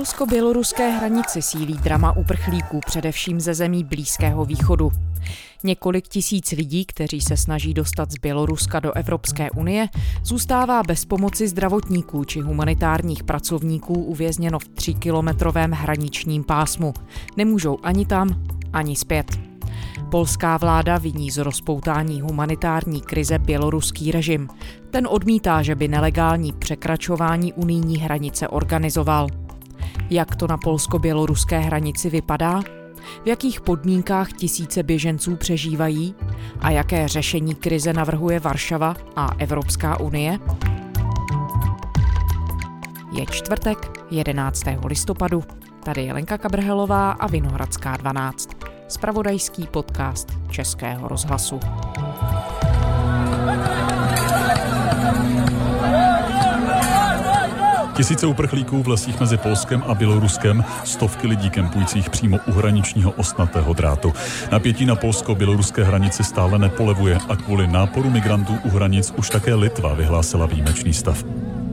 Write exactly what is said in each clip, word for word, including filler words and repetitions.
polsko-běloruské hranici sílí drama uprchlíků především ze zemí Blízkého východu. Několik tisíc lidí, kteří se snaží dostat z Běloruska do Evropské unie, zůstává bez pomoci zdravotníků či humanitárních pracovníků uvězněno v tříkilometrovém hraničním pásmu. Nemůžou ani tam, ani zpět. Polská vláda viní z rozpoutání humanitární krize běloruský režim. Ten odmítá, že by nelegální překračování unijní hranice organizoval. Jak to na polsko-běloruské hranici vypadá? V jakých podmínkách tisíce běženců přežívají? A jaké řešení krize navrhuje Varšava a Evropská unie? Je čtvrtek, jedenáctého listopadu. Tady je Lenka Kabrhelová a Vinohradská dvanáct. Zpravodajský podcast Českého rozhlasu. Tisíce uprchlíků v lesích mezi Polskem a Běloruskem, stovky lidí kempujících přímo u hraničního ostnatého drátu. Napětí na polsko-běloruské hranici stále nepolevuje a kvůli náporu migrantů u hranic už také Litva vyhlásila výjimečný stav.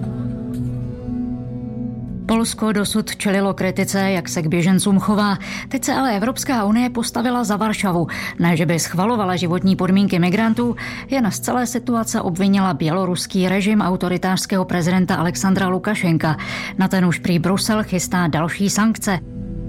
Polsko dosud čelilo kritice, jak se k běžencům chová. Teď se ale Evropská unie postavila za Varšavu. Ne, že by schvalovala životní podmínky migrantů, jen z celé situace obvinila běloruský režim autoritářského prezidenta Alexandra Lukašenka. Na ten už prý Brusel chystá další sankce.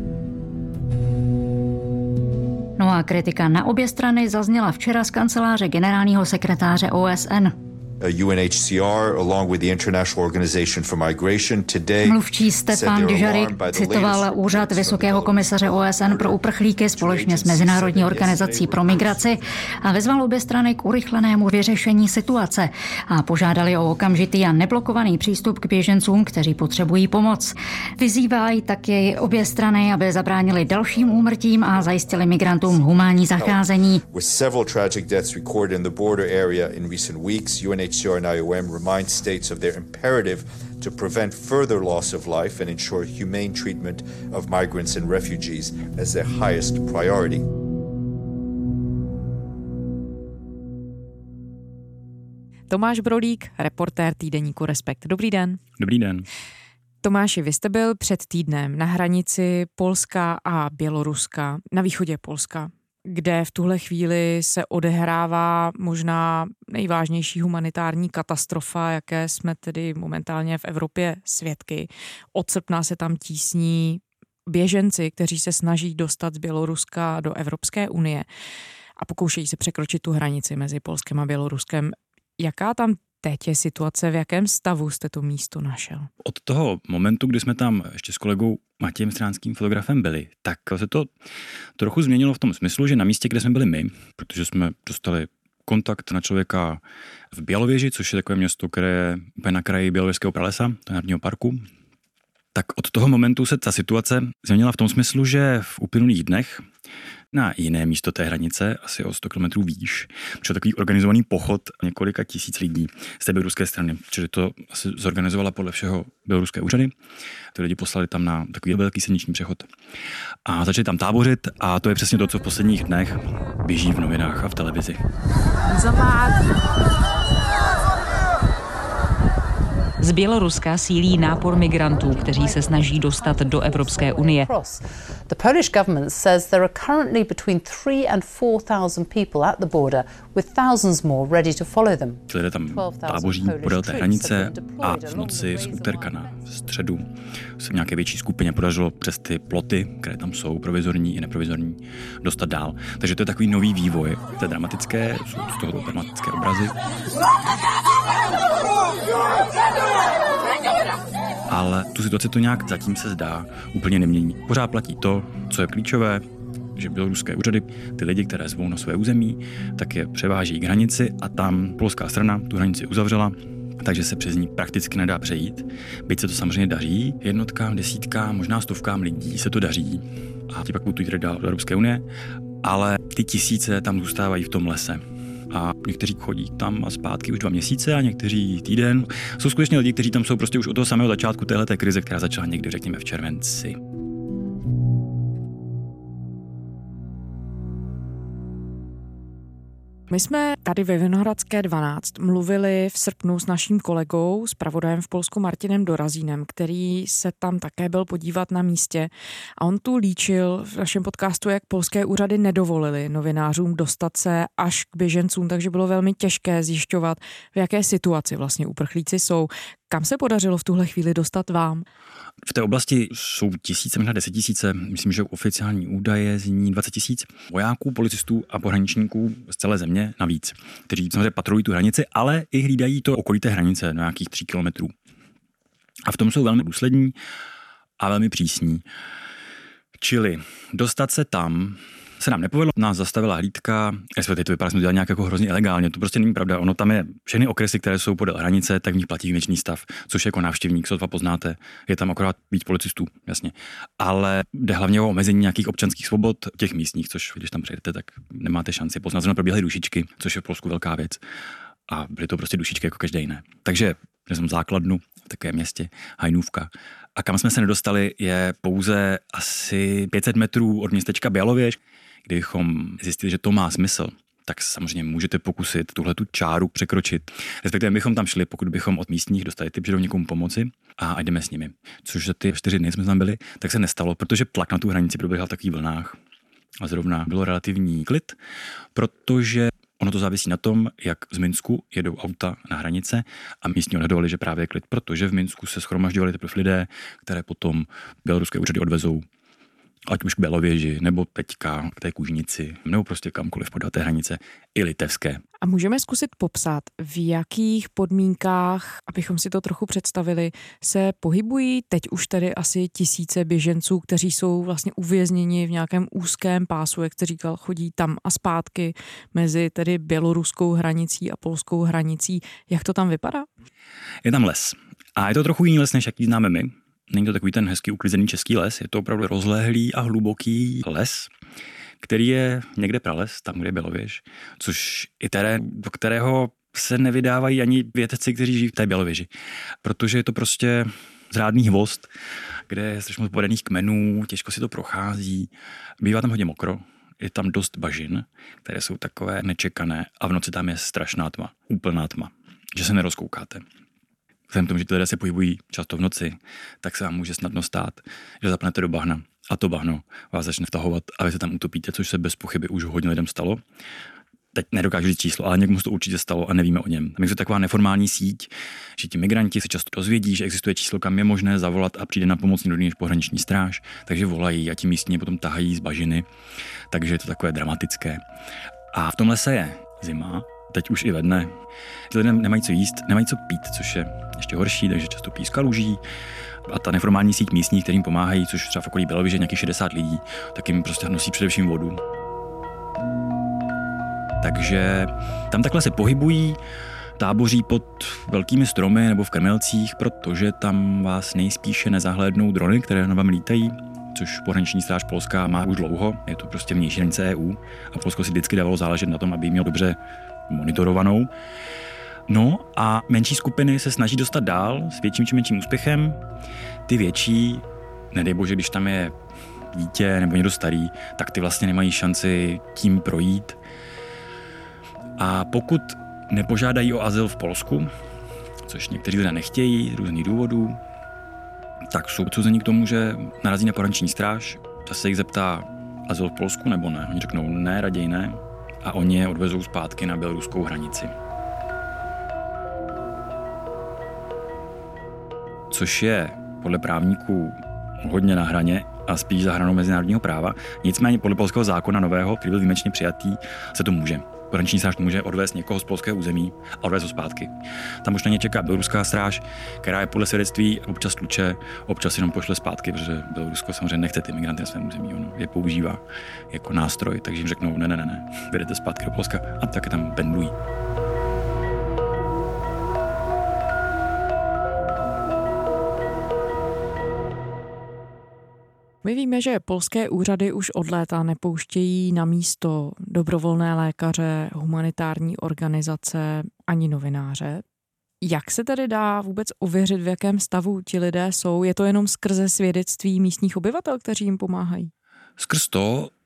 No a kritika na obě strany zazněla včera z kanceláře generálního sekretáře O S N. U N H C R, along with the International Organization for Migration, today Mluvčí Stefan Dujarric citoval úřad Vysokého komisaře O S N pro uprchlíky společně s Mezinárodní organizací pro migraci a vyzval obě strany k urychlenému vyřešení situace a požádali o okamžitý a neblokovaný přístup k běžencům, kteří potřebují pomoc. Vyzývají taky obě strany, aby zabránili dalším úmrtím a zajistili migrantům humánní zacházení. U N H C R and I O M remind states of their imperative to prevent further loss of life and ensure humane treatment of migrants and refugees as their highest priority. Tomáš Brolík, reportér týdeníku Respekt. Dobrý den. Dobrý den. Tomáši, vy jste byl před týdnem na hranici Polska a Běloruska, na východě Polska, kde v tuhle chvíli se odehrává možná nejvážnější humanitární katastrofa, jaké jsme tedy momentálně v Evropě svědky. Od srpna se tam tísní běženci, kteří se snaží dostat z Běloruska do Evropské unie a pokoušejí se překročit tu hranici mezi Polskem a Běloruskem. Jaká tam teď je situace, v jakém stavu jste to místo našel? Od toho momentu, kdy jsme tam ještě s kolegou Matějem Stránským fotografem byli, tak se to trochu změnilo v tom smyslu, že na místě, kde jsme byli my, protože jsme dostali kontakt na člověka v Bělověži, což je takové město, které je úplně na kraji Bělověžského pralesa, to národního parku, tak od toho momentu se ta situace změnila v tom smyslu, že v uplynulých dnech na jiné místo té hranice, asi o sto kilometrů výš, přišel takový organizovaný pochod několika tisíc lidí z té běloruské strany. Čili to asi zorganizovala podle všeho běloruské úřady. Ty lidi poslali tam na takový velký silniční přechod. A začali tam tábořit a to je přesně to, co v posledních dnech běží v novinách a v televizi. Z Běloruska sílí nápor migrantů, kteří se snaží dostat do Evropské unie. The Polish government says there are currently between three and four thousand people at the border, with thousands more ready to follow them. Lidé tam táboří podél té hranice a v noci z úterka na středu se v nějaké větší skupině podařilo přes ty ploty, které tam jsou, provizorní i neprovizorní, dostat dál. Takže to je takový nový vývoj. To je dramatické, jsou z toho dramatické obrazy. Ale tu situaci to nějak zatím se zdá úplně nemění. Pořád platí to, co je klíčové, že běloruské úřady ty lidi, které zvou na své území, tak je převáží k hranici a tam polská strana tu hranici uzavřela, takže se přes ní prakticky nedá přejít. Byť se to samozřejmě daří, jednotkám, desítkám, možná stovkám lidí se to daří a ti pak putují dál do Evropské unie, ale ty tisíce tam zůstávají v tom lese. A někteří chodí tam a zpátky už dva měsíce a někteří týden. Jsou skutečně lidi, kteří tam jsou prostě už od toho samého začátku téhleté krize, která začala někdy, řekněme, v červenci. My jsme tady ve Vinohradské dvanáct mluvili v srpnu s naším kolegou, zpravodajem v Polsku Martinem Dorazínem, který se tam také byl podívat na místě a on tu líčil v našem podcastu, jak polské úřady nedovolily novinářům dostat se až k běžencům, takže bylo velmi těžké zjišťovat, v jaké situaci vlastně uprchlíci jsou. Kam se podařilo v tuhle chvíli dostat vám? V té oblasti jsou tisíce, možná deset tisíce, myslím, že oficiální údaje zní dvacet tisíc vojáků, policistů a pohraničníků z celé země navíc, kteří samozřejmě patrolují tu hranici, ale i hlídají to okolí té hranice na nějakých tří kilometrů. A v tom jsou velmi důslední a velmi přísní. Čili dostat se tam se nám nepovedlo, nás zastavila hlídka, respektive to vypadá, jsme to dělali nějak jako hrozně ilegálně, to prostě není pravda, ono tam je všechny okresy, které jsou podél hranice, tak v nich platí výjimečný stav, což jako návštěvník sotva poznáte, je tam akorát víc policistů, jasně. Ale jde hlavně o omezení nějakých občanských svobod těch místních, což když tam přijedete, tak nemáte šanci poznat, že probíhaly dušičky, což je v Polsku velká věc. A byly to prostě dušičky jako každé jiné. Takže já jsem v základnu v takové městě Hajnůvka. A kam jsme se nedostali, je pouze asi pět set metrů od městečka Bělověž. Kdybychom zjistili, že to má smysl, tak samozřejmě můžete pokusit tuhletu čáru překročit. Respektive bychom tam šli, pokud bychom od místních dostali tip, že jdou někomu pomoci a jdeme s nimi. Což za ty čtyři dny jsme tam byli, tak se nestalo, protože tlak na tu hranici probíhal v takových vlnách. A zrovna bylo relativní klid, protože ono to závisí na tom, jak z Minsku jedou auta na hranice a místní odhadovali, že právě je klid, protože v Minsku se shromažďovali teprve lidé, které potom běloruské úřady odvezou, ať už k Bělověži, nebo teďka k té Kůžnici, nebo prostě kamkoliv podél té hranice, i litevské. A můžeme zkusit popsat, v jakých podmínkách, abychom si to trochu představili, se pohybují teď už tedy asi tisíce běženců, kteří jsou vlastně uvězněni v nějakém úzkém pásu, jak jste říkal, chodí tam a zpátky mezi tedy běloruskou hranicí a polskou hranicí. Jak to tam vypadá? Je tam les. A je to trochu jiný les, než jaký známe my. Není to takový ten hezký uklizený český les, je to opravdu rozlehlý a hluboký les, který je někde prales, tam, kde je Bělověž, což je terén, do kterého se nevydávají ani vědci, kteří žijí v té Bělověži, protože je to prostě zrádný hvozd, kde je strašně moc podaných kmenů, těžko si to prochází, bývá tam hodně mokro, je tam dost bažin, které jsou takové nečekané a v noci tam je strašná tma, úplná tma, že se nerozkoukáte. Vzhledem k tomu, že ty lidé se pohybují často v noci, tak se vám může snadno stát, že zapnete do bahna a to bahno vás začne vtahovat a vy se tam utopíte, což se bez pochyby už hodně lidem stalo. Teď nedokážu říct číslo, ale někomu se to určitě stalo a nevíme o něm. Tam je to taková neformální síť, že ti migranti se často dozvědí, že existuje číslo, kam je možné zavolat a přijde na pomoc někdo než pohraniční stráž, takže volají a ti místní potom tahají z bažiny, takže je to takové dramatické. A v tom lese je zima, teď už i ve dne. Ty lidé nemají co jíst, nemají co pít, což je ještě horší, takže často pijí z kaluží. A ta neformální síť místních, kterým pomáhají, což třeba v okolí Bělověže nějakých šedesát lidí, tak jim prostě nosí především vodu. Takže tam takhle se pohybují, táboří pod velkými stromy nebo v krmelcích, protože tam vás nejspíše nezahlédnou drony, které na vám lítají, což pohraniční stráž polská má už dlouho. Je to prostě vnější hranice E U a Polsko si vždycky dávalo záležet na tom, aby ji měl dobře monitorovanou. No a menší skupiny se snaží dostat dál s větším či menším úspěchem. Ty větší, nedej bože, když tam je dítě nebo někdo starý, tak ty vlastně nemají šanci tím projít. A pokud nepožádají o azyl v Polsku, což někteří lidé nechtějí z různých důvodů, tak jsou odsouzeni k tomu, že narazí na pohraniční stráž, ta se jich zeptá azyl v Polsku nebo ne. Oni řeknou ne, raději ne a oni je odvezou zpátky na běloruskou hranici. Což je podle právníků hodně na hraně a spíš za hranou mezinárodního práva. Nicméně podle polského zákona nového, který byl výjimečně přijatý, se to může. Pohraniční stráž může odvést někoho z polského území a odvést ho zpátky. Tam už na ně čeká běloruská stráž, která je podle svědectví občas tluče, občas jenom pošle zpátky, protože Bělorusko samozřejmě nechce ty migranty na svém území, ono je používá jako nástroj, takže jim řeknou ne, ne, ne, ne, vyjdete zpátky do Polska a tak je tam pendlují. My víme, že polské úřady už od léta nepouštějí na místo dobrovolné lékaře, humanitární organizace ani novináře. Jak se tedy dá vůbec ověřit, v jakém stavu ti lidé jsou? Je to jenom skrze svědectví místních obyvatel, kteří jim pomáhají? Skrz to,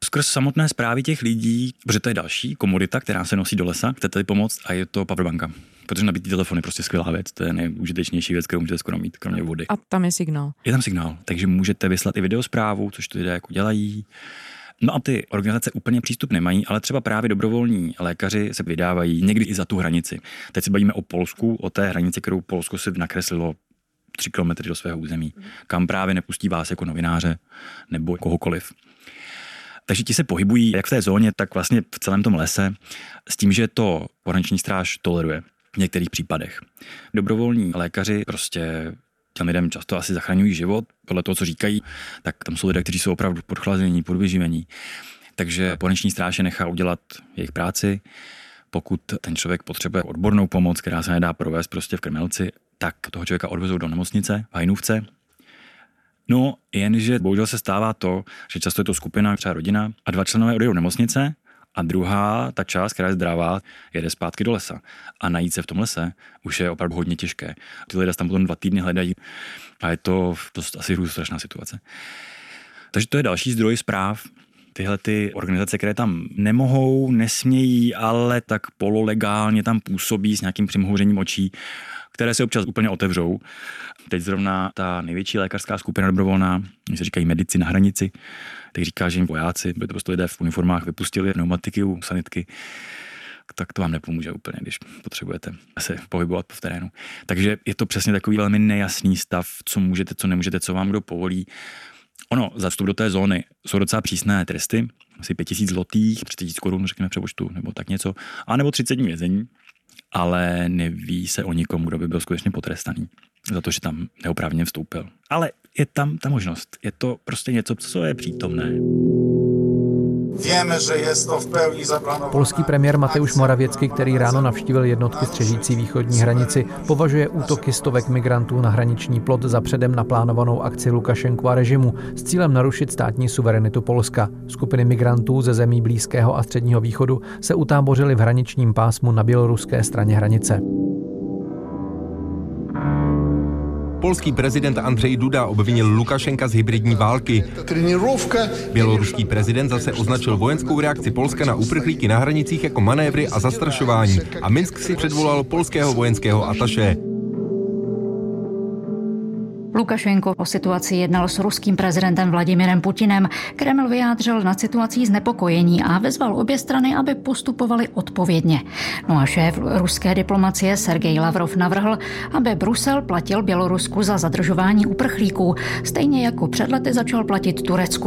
Skrz samotné zprávy těch lidí, protože to je další komodita, která se nosí do lesa, chcete pomoct, a je to powerbanka. Protože nabitý telefon je prostě skvělá věc, to je nejúžitečnější věc, kterou můžete skoro mít, kromě vody. A tam je signál. Je tam signál, takže můžete vyslat i videosprávu, což to lidé jako dělají. No a ty organizace úplně přístup nemají, ale třeba právě dobrovolní lékaři se vydávají někdy i za tu hranici. Teď se bavíme o Polsku, o té hranici, kterou Polsko si nakreslilo tři kilometry do svého území, kam právě nepustí vás jako novináře nebo kohokoliv. Takže ti se pohybují jak v té zóně, tak vlastně v celém tom lese s tím, že to pohraniční stráž toleruje v některých případech. Dobrovolní lékaři prostě těm lidem často asi zachraňují život, podle toho, co říkají, tak tam jsou lidé, kteří jsou opravdu podchlazení, podvyživení. Takže pohraniční stráž je nechá udělat jejich práci. Pokud ten člověk potřebuje odbornou pomoc, která se nedá provést prostě v Krmelci, tak toho člověka odvezou do nemocnice v Hajnůvce. No, jenže bohužel se stává to, že často je to skupina, třeba rodina, a dva členové odejdou do nemocnice a druhá, ta část, která je zdravá, jede zpátky do lesa. A najít se v tom lese už je opravdu hodně těžké. Ty lidé tam potom dva týdny hledají a je to dost asi strašná situace. Takže to je další zdroj zpráv. Tyhle ty organizace, které tam nemohou, nesmějí, ale tak pololegálně tam působí s nějakým přimhouřením očí, které se občas úplně otevřou. Teď zrovna ta největší lékařská skupina dobrovolná, oni se říkají medici na hranici, tak říká, že jim vojáci, by to prostě lidé v uniformách vypustili pneumatiky u sanitky, tak to vám nepomůže úplně, když potřebujete se pohybovat v terénu. Takže je to přesně takový velmi nejasný stav, co můžete, co nemůžete, co vám kdo povolí. Ono, za vstup do té zóny jsou docela přísné tresty, asi pět tisíc zlotých, tři tisíce korun, řekněme přepočtu, nebo tak něco, a nebo třicet dní vězení, ale neví se o nikomu, kdo by byl skutečně potrestaný za to, že tam neoprávněně vstoupil. Ale je tam ta možnost. Je to prostě něco, co je přítomné. Víme, že je to v pełni zaplanováno. Polský premiér Mateusz Morawiecki, který ráno navštívil jednotky střežící východní hranici, považuje útoky stovek migrantů na hraniční plot za předem naplánovanou akci Lukašenkova režimu s cílem narušit státní suverenitu Polska. Skupiny migrantů ze zemí Blízkého a Středního východu se utábořily v hraničním pásmu na běloruské straně hranice. Polský prezident Andrzej Duda obvinil Lukašenka z hybridní války. Běloruský prezident zase označil vojenskou reakci Polska na uprchlíky na hranicích jako manévry a zastrašování a Minsk si předvolal polského vojenského ataše. Lukašenko o situaci jednal s ruským prezidentem Vladimirem Putinem. Kreml vyjádřil nad situací znepokojení a vyzval obě strany, aby postupovaly odpovědně. No a šéf ruské diplomacie Sergej Lavrov navrhl, aby Brusel platil Bělorusku za zadržování uprchlíků, stejně jako před lety začal platit Turecku.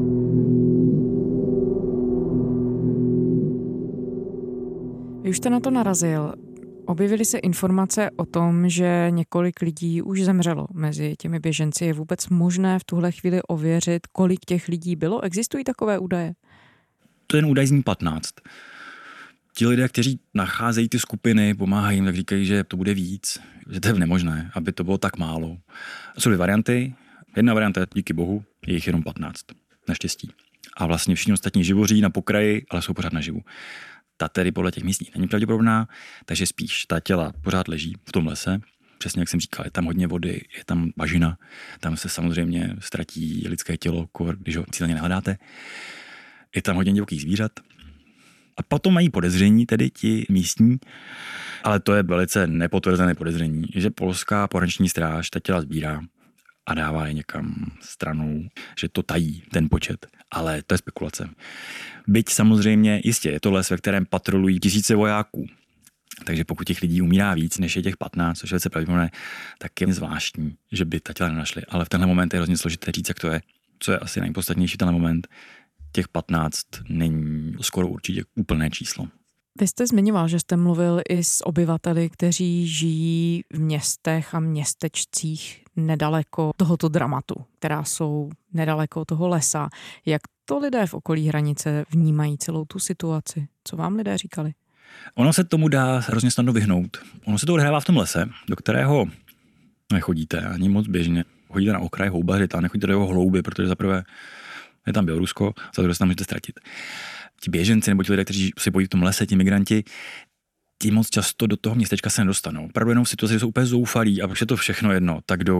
Vy už jste na to narazil. Objevily se informace o tom, že několik lidí už zemřelo mezi těmi běženci. Je vůbec možné v tuhle chvíli ověřit, kolik těch lidí bylo? Existují takové údaje? To je jen údaj zní patnáct. Ti lidé, kteří nacházejí ty skupiny, pomáhají jim, tak říkají, že to bude víc, že to je nemožné, aby to bylo tak málo. Jsou dvě varianty. Jedna varianta je, díky bohu, je jich jenom patnáct. Naštěstí. A vlastně všichni ostatní živoří na pokraji, ale jsou pořád naživu. Ta tedy podle těch místních není pravděpodobná, takže spíš ta těla pořád leží v tom lese. Přesně jak jsem říkal, je tam hodně vody, je tam bažina, tam se samozřejmě ztratí lidské tělo, když ho cíleně nehledáte. Je tam hodně divokých zvířat. A potom mají podezření, tedy ti místní, ale to je velice nepotvrzené podezření, že polská pohraniční stráž ta těla sbírá a dává je někam stranou, že to tají ten počet. Ale to je spekulace. Byť samozřejmě, jistě, je to les, ve kterém patrolují tisíce vojáků. Takže pokud těch lidí umírá víc, než je těch patnáct, což je velice pravděpodobné, tak je zvláštní, že by ta těla nenašli. Ale v tenhle moment je hrozně složité říct, jak to je. Co je asi nejpodstatnější v tenhle moment, těch patnáct není skoro určitě úplné číslo. Vy jste zmiňoval, že jste mluvil i s obyvateli, kteří žijí v městech a městečcích nedaleko tohoto dramatu, která jsou nedaleko toho lesa. Jak to lidé v okolí hranice vnímají celou tu situaci? Co vám lidé říkali? Ono se tomu dá hrozně snadno vyhnout. Ono se to odehrává v tom lese, do kterého nechodíte ani moc běžně. Chodíte na okraj houbařit a nechodíte do jeho hlouby, protože zaprvé je tam Bělorusko, za druhé se tam můžete ztratit. Ti běženci nebo ti lidé, kteří se bojí v tom lese, ti migranti, ti moc často do toho městečka se nedostanou. Opravdu jenom v situaci, že jsou úplně zoufalí a protože je to všechno jedno, tak jdou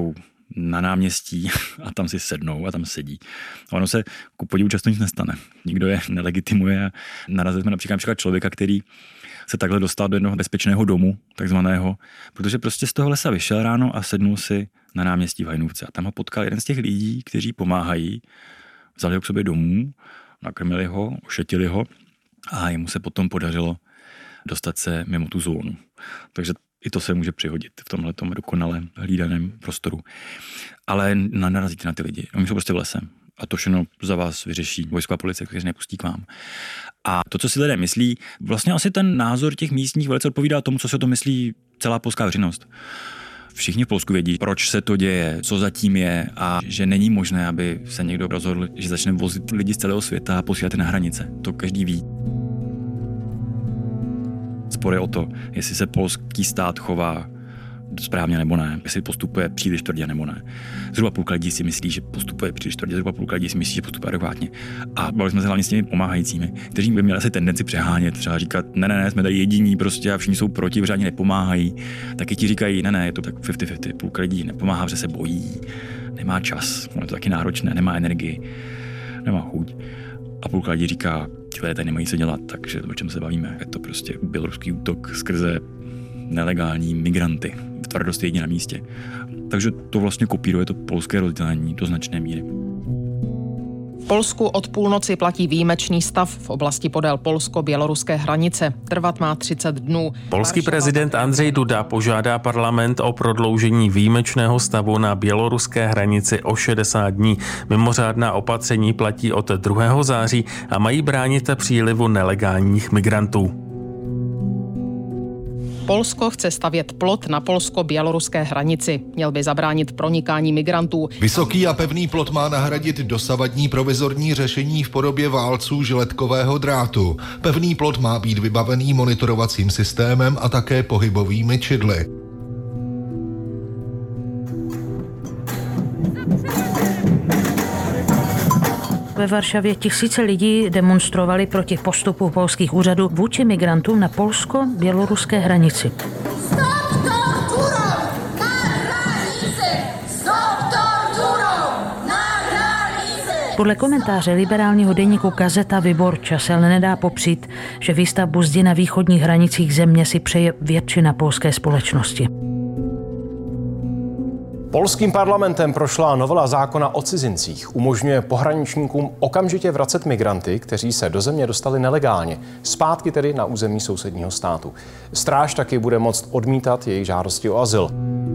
na náměstí a tam si sednou a tam sedí. A ono se ku podivu často nic nestane. Nikdo je nelegitimuje a narazili jsme například, například člověka, který se takhle dostal do jednoho bezpečného domu, takzvaného, protože prostě z toho lesa vyšel ráno a sednul si na náměstí v Hajnůvce. A tam ho potkal jeden z těch lidí, kteří pomáhají, vzali ho k sobě domů, nakrmili ho, ošetili ho a jemu se potom podařilo dostat se mimo tu zónu. Takže i to se může přihodit v tomhletom dokonale hlídaném prostoru. Ale narazíte na ty lidi. Oni jsou prostě v lese. A to všechno za vás vyřeší vojsková policie, kteří nepustí k vám. A to, co si lidé myslí, vlastně asi ten názor těch místních velice odpovídá tomu, co se to myslí celá polská veřejnost. Všichni v Polsku vědí, proč se to děje, co zatím je a že není možné, aby se někdo rozhodl, že začne vozit lidi z celého světa a posílat je na hranice. To každý ví. Spor je o to, jestli se polský stát chová správně nebo ne, jestli postupuje příliš tvrdě nebo ne. Zhruba půlka lidí si myslí, že postupuje příliš tvrdě, zhruba půlka lidí si myslí, že postupuje adekvátně. A bavili jsme se hlavně s těmi pomáhajícími, kteří by měli asi tendenci přehánět, třeba říkat, ne, ne, ne, jsme tady jediní prostě a všichni jsou proti, protože ani nepomáhají. Taky ti říkají, ne, ne, je to tak padesát na padesát, půlka lidí nepomáhá, protože se bojí, nemá čas, ono je to taky náročné, nemá energii, nemá chuť. A půlka lidí říká, ti lidé tady nemají co dělat, takže o čem se bavíme. Je to prostě běloruský útok skrze nelegální migranty, tvrdost jedině na místě. Takže to vlastně kopíruje to polské rozdělení do značné míry. V Polsku od půlnoci platí výjimečný stav v oblasti podél polsko-běloruské hranice. Trvat má třicet dnů. Polský prezident Andřej Duda požádá parlament o prodloužení výjimečného stavu na běloruské hranici o šedesát dní. Mimořádná opatření platí od druhého září a mají bránit přílivu nelegálních migrantů. Polsko chce stavět plot na polsko-běloruské hranici. Měl by zabránit pronikání migrantů. Vysoký a pevný plot má nahradit dosavadní provizorní řešení v podobě válců žiletkového drátu. Pevný plot má být vybavený monitorovacím systémem a také pohybovými čidly. Ve Varšavě tisíce lidí demonstrovali proti postupu polských úřadů vůči migrantům na polsko-běloruské hranici. Stop torturou na hranici! Stop torturou na hranici! Podle komentáře liberálního deníku Gazeta Wyborcza se ale nedá popřít, že výstavbu zdi na východních hranicích země si přeje většina polské společnosti. Polským parlamentem prošla novela zákona o cizincích. Umožňuje pohraničníkům okamžitě vracet migranty, kteří se do země dostali nelegálně, zpátky tedy na území sousedního státu. Stráž taky bude moct odmítat jejich žádosti o azyl.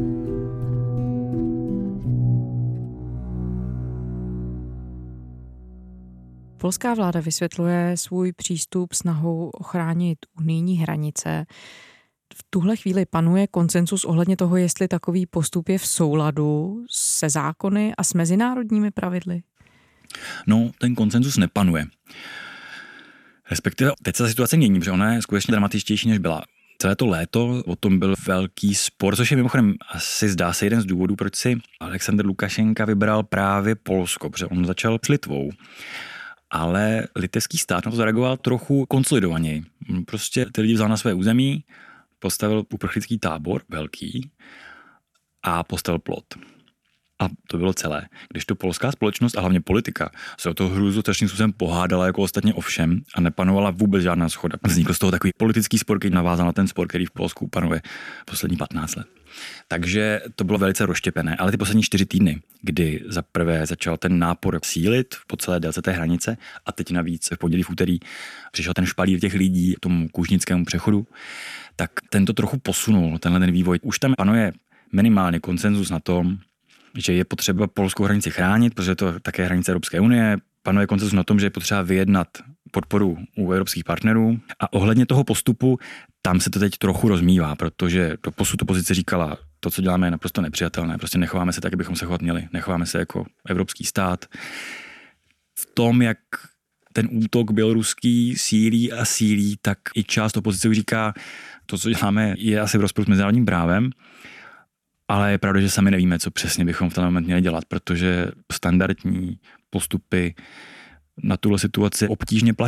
Polská vláda vysvětluje svůj přístup snahou ochránit unijní hranice. V tuhle chvíli panuje konsenzus ohledně toho, jestli takový postup je v souladu se zákony a s mezinárodními pravidly? No, ten konsenzus nepanuje. Respektive teď se ta situace mění, protože ona je skutečně dramatičtější, než byla. Celé to léto o tom byl velký spor, což je mimochodem asi zdá se jeden z důvodů, proč si Alexander Lukašenka vybral právě Polsko, protože on začal s Litvou. Ale litevský stát na to zareagoval trochu konsolidovaněji. Prostě ty lidi vzal na své území, postavil uprchlický tábor, velký, a postavil plot. A to bylo celé. Když to polská společnost a hlavně politika se o toho hrůzu strašným způsobem pohádala jako ostatně o všem a nepanovala vůbec žádná shoda. Vznikl z toho takový politický spor, který navázal na ten spor, který v Polsku panuje poslední patnáct let. Takže to bylo velice rozštěpené, ale ty poslední čtyři týdny, kdy za prvé začal ten nápor sílit po celé délce té hranice a teď navíc v pondělí v úterý přišel ten špalír těch lidí k tomu kůžnickému přechodu, tak tento trochu posunul, tenhle ten vývoj. Už tam panuje minimálně konsenzus na tom, že je potřeba polskou hranici chránit, protože to také hranice Evropské unie. Panuje konsenzus na tom, že je potřeba vyjednat podporu u evropských partnerů. A ohledně toho postupu, tam se to teď trochu rozmívá, protože doposud opozice říkala, to, co děláme, je naprosto nepřijatelné. Prostě nechováme se tak, abychom se chovat měli. Nechováme se jako evropský stát. V tom, jak ten útok běloruský sílí a sílí, tak i část opozice už říká, to, co děláme, je asi v rozporu s mezinárodním právem. Ale je pravda, že sami nevíme, co přesně bychom v ten moment měli dělat, protože standardní postupy na tuhle situaci obtížně platí.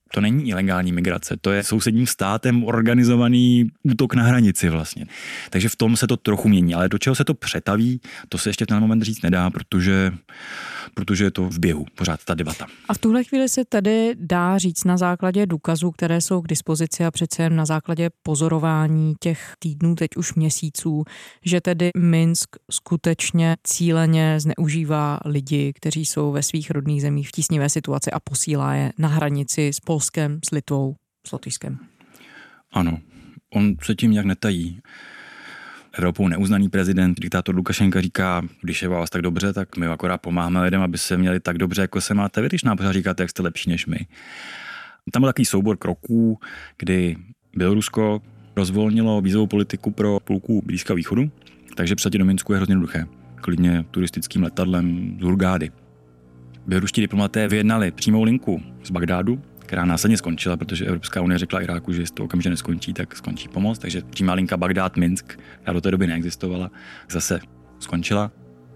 To není ilegální migrace, to je sousedním státem organizovaný útok na hranici vlastně. Takže v tom se to trochu mění, ale do čeho se to přetaví, to se ještě v ten moment říct nedá, protože, protože je to v běhu, pořád ta debata. A v tuhle chvíli se tedy dá říct na základě důkazů, které jsou k dispozici a přece jen na základě pozorování těch týdnů, teď už měsíců, že tedy Minsk skutečně cíleně zneužívá lidi, kteří jsou ve svých rodných zemích v tísnivé situaci a posílá je na hranici s Polskem, s Litvou, s Lotyšskem. Ano, on se tím nějak netají. Evropou neuznaný prezident, diktátor Lukašenka říká, když je vás tak dobře, tak my akorát pomáháme lidem, aby se měli tak dobře, jako se máte vy, když nám pořád říkáte, jak jste lepší než my. Tam byl takový soubor kroků, kdy Bělorusko rozvolnilo vízovou politiku pro půlku Blízkého východu, takže přijet do Minsku je hrozně jednoduché. Klidně turistickým letadlem z Hurgády. Běloruští diplomaté vyjednali přímou linku z Bagdádu, která následně skončila, protože Evropská unie řekla Iráku, že jestli to okamžitě neskončí, tak skončí pomoc. Takže přímá linka Bagdád-Minsk, která do té doby neexistovala, zase skončila.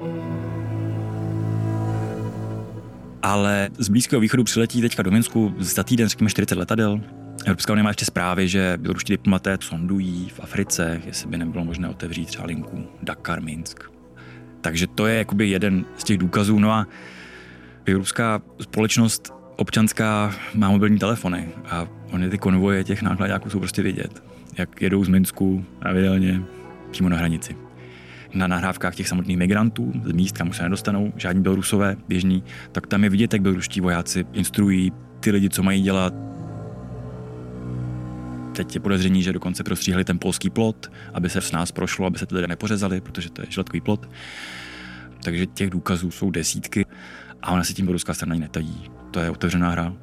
Ale z Blízkého východu přiletí teďka do Minsku za týden, řekněme, čtyřicet letadel. Evropská unie má ještě zprávy, že běloruští diplomaté sondují v Africe, jestli by nebylo možné otevřít třeba linku Dakar-Minsk. Takže to je jakoby jeden z těch důkazů. No a běloruská společnost občanská má mobilní telefony a ony ty konvoje těch nákladáků jsou prostě vidět, jak jedou z Minsku pravidelně přímo na hranici. Na nahrávkách těch samotných migrantů z míst, kam už se nedostanou žádní Bělorusové běžní, tak tam je vidět, jak běloruští vojáci instruují ty lidi, co mají dělat. Teď je podezření, že dokonce prostříhali ten polský plot, aby se s nás prošlo, aby se ty lidé nepořezali, protože to je žiletkový plot. Takže těch důkazů jsou desítky a ona se tím běloruská strana netají. To je otevřená hra.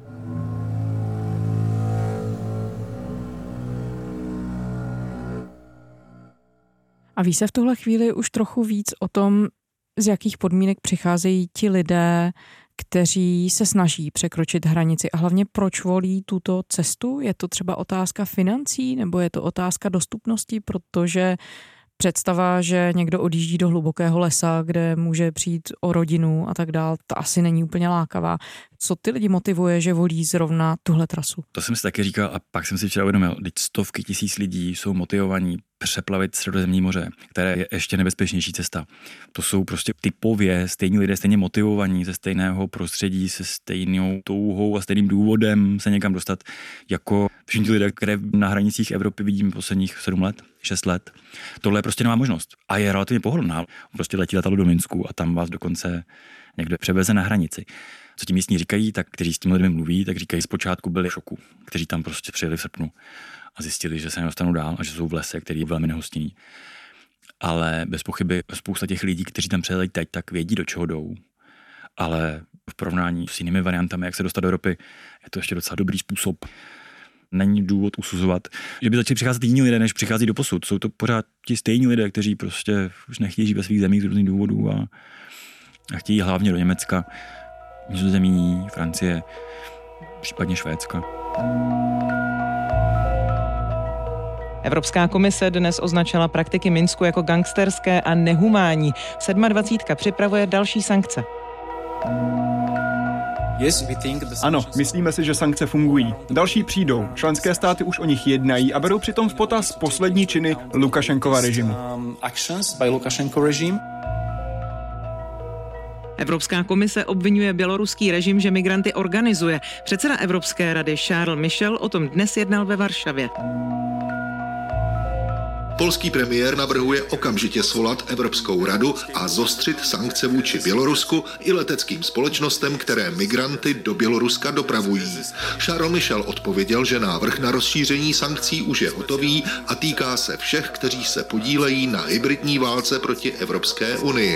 A ví se v tuhle chvíli už trochu víc o tom, z jakých podmínek přicházejí ti lidé, kteří se snaží překročit hranici a hlavně proč volí tuto cestu? Je to třeba otázka financí nebo je to otázka dostupnosti, protože představa, že někdo odjíždí do hlubokého lesa, kde může přijít o rodinu a tak dál, to asi není úplně lákavá. Co ty lidi motivuje, že volí zrovna tuhle trasu? To jsem si taky říkal a pak jsem si včera uvědomil, teď stovky tisíc lidí jsou motivovaní přeplavit Středozemní moře, které je ještě nebezpečnější cesta. To jsou prostě typově stejní lidé, stejně motivovaní ze stejného prostředí, se stejnou touhou a stejným důvodem se někam dostat, jako všichni lidé, které na hranicích Evropy vidíme posledních sedm let, šest let. Tohle prostě nemá možnost a je relativně pohodlná. Prostě letí letadlo do Minsku a tam vás dokonce někdo převeze na hranici. Co ti místní říkají, tak kteří s těmi lidmi mluví, tak říkají, zpočátku byli v šoku, kteří tam prostě přijeli v srpnu a zjistili, že se nedostanou dál a že jsou v lese, který je velmi nehostinný. Ale bez pochyby spousta těch lidí, kteří tam přijeli teď, tak vědí, do čeho jdou. Ale v porovnání s jinými variantami, jak se dostat do Evropy, je to ještě docela dobrý způsob. Není důvod usuzovat, že by začali přicházet jiní lidé, než přichází do posud. Jsou to pořád ti stejní lidé, kteří prostě už nechtějí žít ve svých zemích z různých důvodů a, a chtějí hlavně do Německa, Nizozemí, Francie, případně Švédska. Evropská komise dnes označila praktiky Minsku jako gangsterské a nehumánní. dvacítka sedma připravuje další sankce. Ano, myslíme si, že sankce fungují. Další přijdou. Členské státy už o nich jednají a berou přitom v potaz poslední činy Lukašenkova režimu. Evropská komise obvinuje běloruský režim, že migranty organizuje. Předseda Evropské rady Charles Michel o tom dnes jednal ve Varšavě. Polský premiér navrhuje okamžitě svolat Evropskou radu a zostřit sankce vůči Bělorusku i leteckým společnostem, které migranty do Běloruska dopravují. Charles Michel odpověděl, že návrh na rozšíření sankcí už je hotový a týká se všech, kteří se podílejí na hybridní válce proti Evropské unii.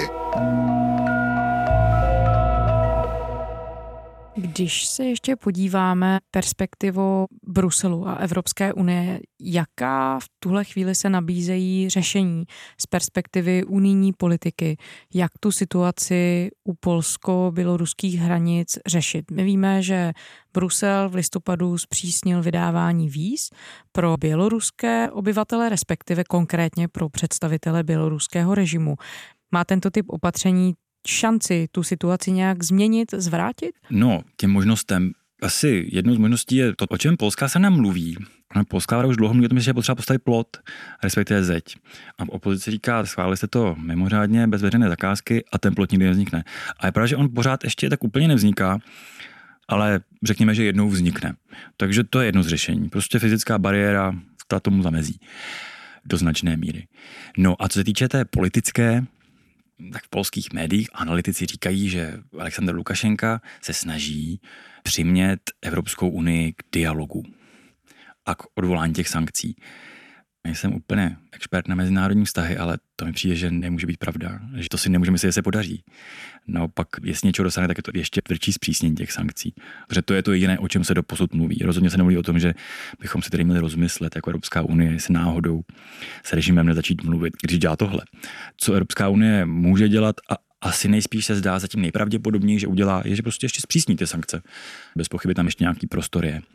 Když se ještě podíváme perspektivou Bruselu a Evropské unie, jaká v tuhle chvíli se nabízejí řešení z perspektivy unijní politiky, jak tu situaci u polsko-běloruských hranic řešit? My víme, že Brusel v listopadu zpřísnil vydávání víz pro běloruské obyvatele, respektive konkrétně pro představitele běloruského režimu. Má tento typ opatření šanci tu situaci nějak změnit, zvrátit? No, těm možnostem Asi jednou z možností je to, o čem polská strana mluví. Polská vláda už dlouho mluví o tom, že je potřeba postavit plot, respektive zeď. A opozice říká, schválili jste to mimořádně, bez veřejné zakázky a ten plot nikdy nevznikne. A je pravda, že on pořád ještě tak úplně nevzniká, ale řekněme, že jednou vznikne. Takže to je jedno z řešení. Prostě fyzická bariéra, ta tomu zamezí do značné míry. No a co se týče té politické, tak v polských médiích analytici říkají, že Alexander Lukašenka se snaží přimět Evropskou unii k dialogu a k odvolání těch sankcí. Nejsem úplně expert na mezinárodní vztahy, ale to mi přijde, že nemůže být pravda, že to si nemůžeme si, že se podaří. Naopak, jestli něčeho dosáhne, tak je to ještě tvrdší zpřísnění těch sankcí. Protože to je to jediné, o čem se doposud mluví. Rozhodně se nemluví o tom, že bychom si tady měli rozmyslet, jako Evropská unie, jestli náhodou se režimem nezačít mluvit, když dělá tohle. Co Evropská unie může dělat a asi nejspíš se zdá zatím nejpravděpodobněji, že udělá, je, že prostě ještě zpřísní ty sankce. Bez pochyby tam ještě nějaký prostor je.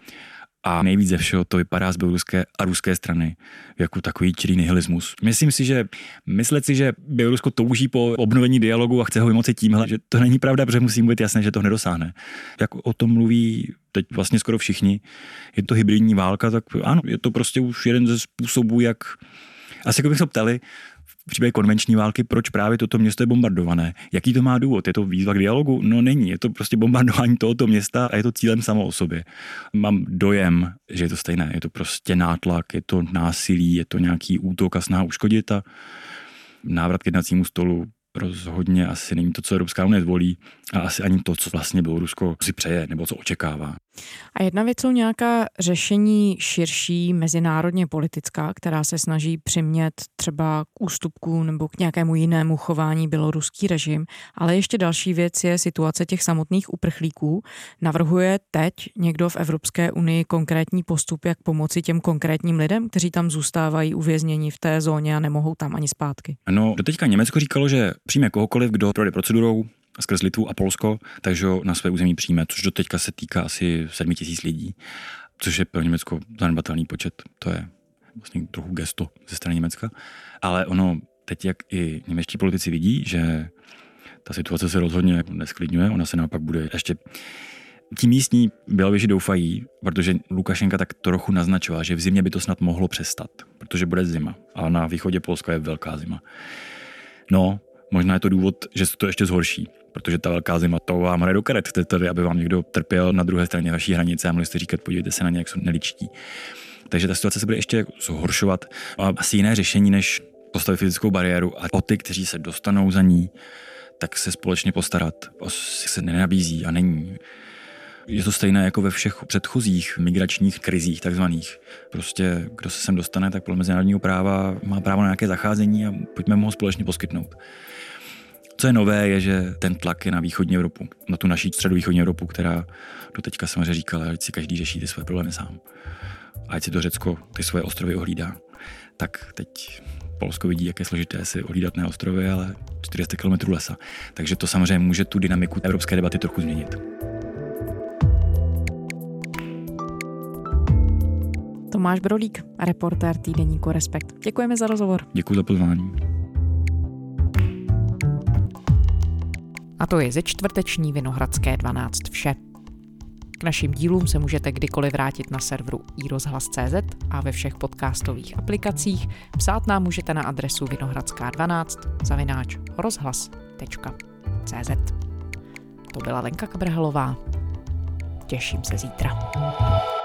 A nejvíc ze všeho to vypadá z běloruské a ruské strany jako takový čirý nihilismus. Myslím si, že myslet si, že Bělorusko touží po obnovení dialogu a chce ho vymoci tímhle, že to není pravda, protože musí být jasné, že to nedosáhne. Jak o tom mluví teď vlastně skoro všichni, je to hybridní válka, tak ano, je to prostě už jeden ze způsobů, jak asi jako bych se ptali, v případě konvenční války, proč právě toto město je bombardované. Jaký to má důvod? Je to výzva k dialogu? No není, je to prostě bombardování tohoto města a je to cílem samo o sobě. Mám dojem, že je to stejné. Je to prostě nátlak, je to násilí, je to nějaký útok a snaha uškodit a návrat k jednacímu stolu rozhodně asi není to, co Evropská unie zvolí a asi ani to, co vlastně Bělorusko si přeje nebo co očekává. A jedna věc jsou nějaká řešení širší, mezinárodně politická, která se snaží přimět třeba k ústupku nebo k nějakému jinému chování běloruský režim, ale ještě další věc je situace těch samotných uprchlíků. Navrhuje teď někdo v Evropské unii konkrétní postup, jak pomoci těm konkrétním lidem, kteří tam zůstávají uvězněni v té zóně a nemohou tam ani zpátky? No, doteďka Německo říkalo, že přijme kohokoliv, kdo projde procedurou skrz Litvu a Polsko, takže ho na své území přijme, což do teďka se týká asi sedmi tisíc lidí, což je pro Německo zanedbatelný počet. To je vlastně trochu gesto ze strany Německa. Ale ono teď, jak i němečtí politici vidí, že ta situace se rozhodně nesklidňuje, ona se naopak bude ještě... Ti místní Bělorusi doufají, protože Lukašenka tak trochu naznačoval, že v zimě by to snad mohlo přestat, protože bude zima a na východě Polska je velká zima. No, možná je to důvod, že se to ještě zhorší, protože ta velká zima, to vám hraje do karet. Chcete tady, aby vám někdo trpěl na druhé straně vaší hranice a mohli jste říkat, podívejte se na ně, jak jsou neličtí. Takže ta situace se bude ještě zhoršovat. A asi jiné řešení, než postavit fyzickou bariéru a o ty, kteří se dostanou za ní, tak se společně postarat. O se nenabízí a není. Je to stejné jako ve všech předchozích migračních krizích takzvaných. Prostě kdo se sem dostane, tak podle mezinárodního práva má právo na nějaké zacházení a pojďme mu ho společně poskytnout. Co je nové, je, že ten tlak je na východní Evropu, na tu naší středovýchodní Evropu, která doteďka samozřejmě říkala, ať si každý řeší ty své problémy sám. A ať si to Řecko ty svoje ostrovy ohlídá. Tak teď Polsko vidí, jak je složité si ohlídat ne ostrovy, ale čtyři sta kilometrů lesa. Takže to samozřejmě může tu dynamiku evropské debaty trochu změnit. Tomáš Brolík, reportér týdeníku Respekt. Děkujeme za rozhovor. Děkuji za pozvání. A to je ze čtvrteční Vinohradské dvanáct vše. K našim dílům se můžete kdykoliv vrátit na serveru i rozhlas tečka cé zet a ve všech podcastových aplikacích. Psát nám můžete na adresu vinohradská dvanáct zavináč rozhlas tečka cé zet. To byla Lenka Kabrhelová. Těším se zítra.